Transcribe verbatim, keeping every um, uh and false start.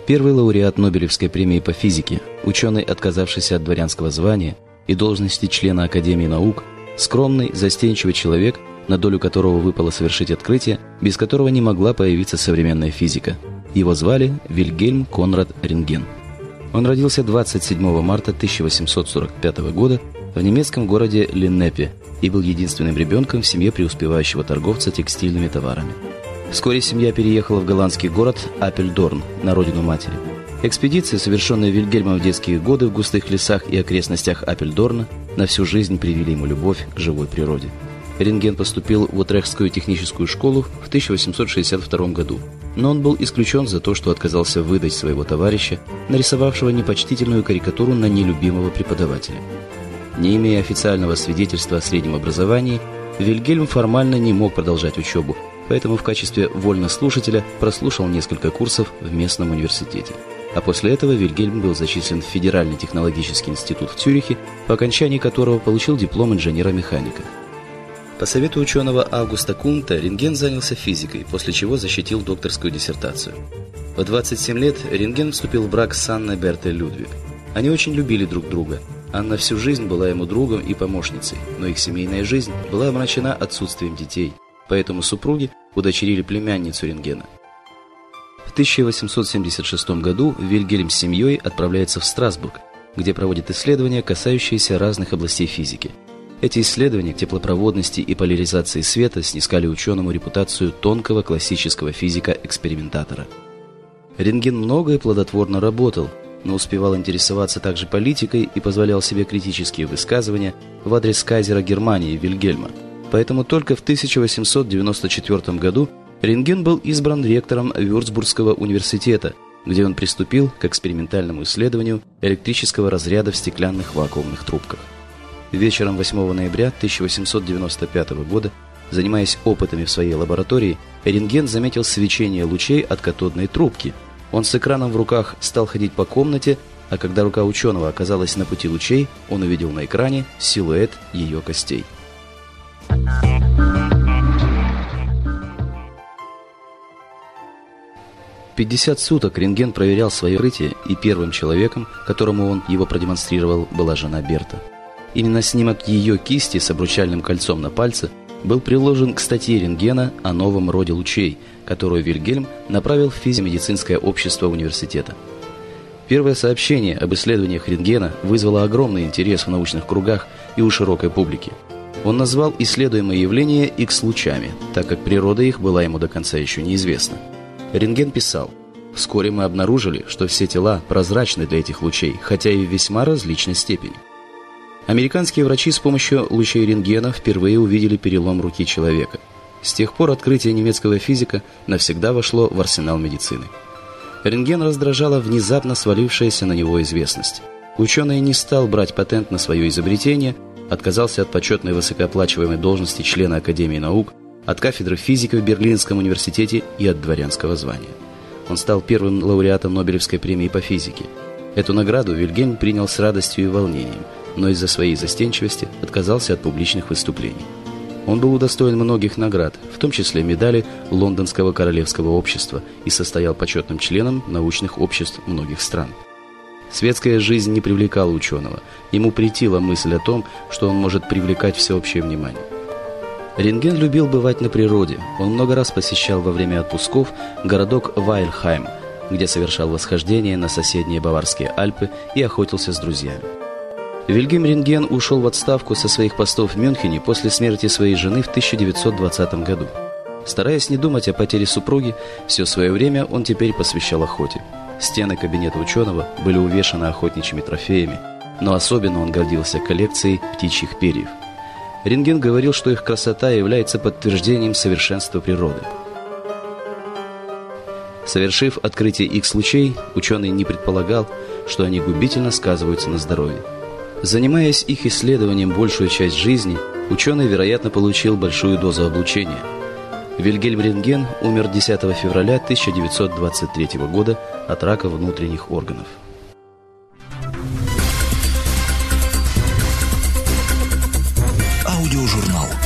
Первый лауреат Нобелевской премии по физике, ученый, отказавшийся от дворянского звания и должности члена Академии наук, скромный, застенчивый человек, на долю которого выпало совершить открытие, без которого не могла появиться современная физика. Его звали Вильгельм Конрад Рентген. Он родился двадцать седьмого марта тысяча восемьсот сорок пятого года в немецком городе Линнепе и был единственным ребенком в семье преуспевающего торговца текстильными товарами. Вскоре семья переехала в голландский город Апельдорн, на родину матери. Экспедиции, совершенные Вильгельмом в детские годы в густых лесах и окрестностях Апельдорна, на всю жизнь привели ему любовь к живой природе. Рентген поступил в Утрехтскую техническую школу в тысяча восемьсот шестьдесят втором году, но он был исключен за то, что отказался выдать своего товарища, нарисовавшего непочтительную карикатуру на нелюбимого преподавателя. Не имея официального свидетельства о среднем образовании, Вильгельм формально не мог продолжать учебу, поэтому в качестве вольнослушателя прослушал несколько курсов в местном университете. А после этого Вильгельм был зачислен в Федеральный технологический институт в Цюрихе, по окончании которого получил диплом инженера-механика. По совету ученого Аугуста Кунта Рентген занялся физикой, после чего защитил докторскую диссертацию. В двадцать семь лет Рентген вступил в брак с Анной Бертой Людвиг. Они очень любили друг друга. Анна всю жизнь была ему другом и помощницей, но их семейная жизнь была омрачена отсутствием детей, поэтому супруги удочерили племянницу Рентгена. В тысяча восемьсот семьдесят шестом году Вильгельм с семьей отправляется в Страсбург, где проводит исследования, касающиеся разных областей физики. Эти исследования к теплопроводности и поляризации света снискали ученому репутацию тонкого классического физика-экспериментатора. Рентген много и плодотворно работал, но успевал интересоваться также политикой и позволял себе критические высказывания в адрес кайзера Германии Вильгельма. Поэтому только в тысяча восемьсот девяносто четвёртом году Рентген был избран ректором Вюрцбургского университета, где он приступил к экспериментальному исследованию электрического разряда в стеклянных вакуумных трубках. Вечером восьмого ноября тысяча восемьсот девяносто пятого года, занимаясь опытами в своей лаборатории, Рентген заметил свечение лучей от катодной трубки. Он с экраном в руках стал ходить по комнате, а когда рука ученого оказалась на пути лучей, он увидел на экране силуэт ее костей. пятьдесят суток Рентген проверял свое открытие, и первым человеком, которому он его продемонстрировал, была жена Берта. Именно снимок ее кисти с обручальным кольцом на пальце был приложен к статье Рентгена о новом роде лучей, которую Вильгельм направил в физико-медицинское общество университета. Первое сообщение об исследованиях Рентгена вызвало огромный интерес в научных кругах и у широкой публики. Он назвал исследуемые явления Икс-лучами, так как природа их была ему до конца еще неизвестна. Рентген писал: «Вскоре мы обнаружили, что все тела прозрачны для этих лучей, хотя и в весьма различной степени». Американские врачи с помощью лучей рентгена впервые увидели перелом руки человека. С тех пор открытие немецкого физика навсегда вошло в арсенал медицины. Рентген раздражала внезапно свалившаяся на него известность. Ученый не стал брать патент на свое изобретение, отказался от почетной высокооплачиваемой должности члена Академии наук, от кафедры физики в Берлинском университете и от дворянского звания. Он стал первым лауреатом Нобелевской премии по физике. Эту награду Вильгельм принял с радостью и волнением, но из-за своей застенчивости отказался от публичных выступлений. Он был удостоен многих наград, в том числе медали Лондонского королевского общества, и состоял почетным членом научных обществ многих стран. Светская жизнь не привлекала ученого, ему претила мысль о том, что он может привлекать всеобщее внимание. Рентген любил бывать на природе, он много раз посещал во время отпусков городок Вайльхайм, где совершал восхождение на соседние Баварские Альпы и охотился с друзьями. Вильгельм Рентген ушел в отставку со своих постов в Мюнхене после смерти своей жены в тысяча девятьсот двадцатом году. Стараясь не думать о потере супруги, все свое время он теперь посвящал охоте. Стены кабинета ученого были увешаны охотничьими трофеями, но особенно он гордился коллекцией птичьих перьев. Рентген говорил, что их красота является подтверждением совершенства природы. Совершив открытие Икс-лучей, ученый не предполагал, что они губительно сказываются на здоровье. Занимаясь их исследованием большую часть жизни, ученый, вероятно, получил большую дозу облучения. Вильгельм Рентген умер десятого февраля тысяча девятьсот двадцать третьего года от рака внутренних органов. Аудиожурнал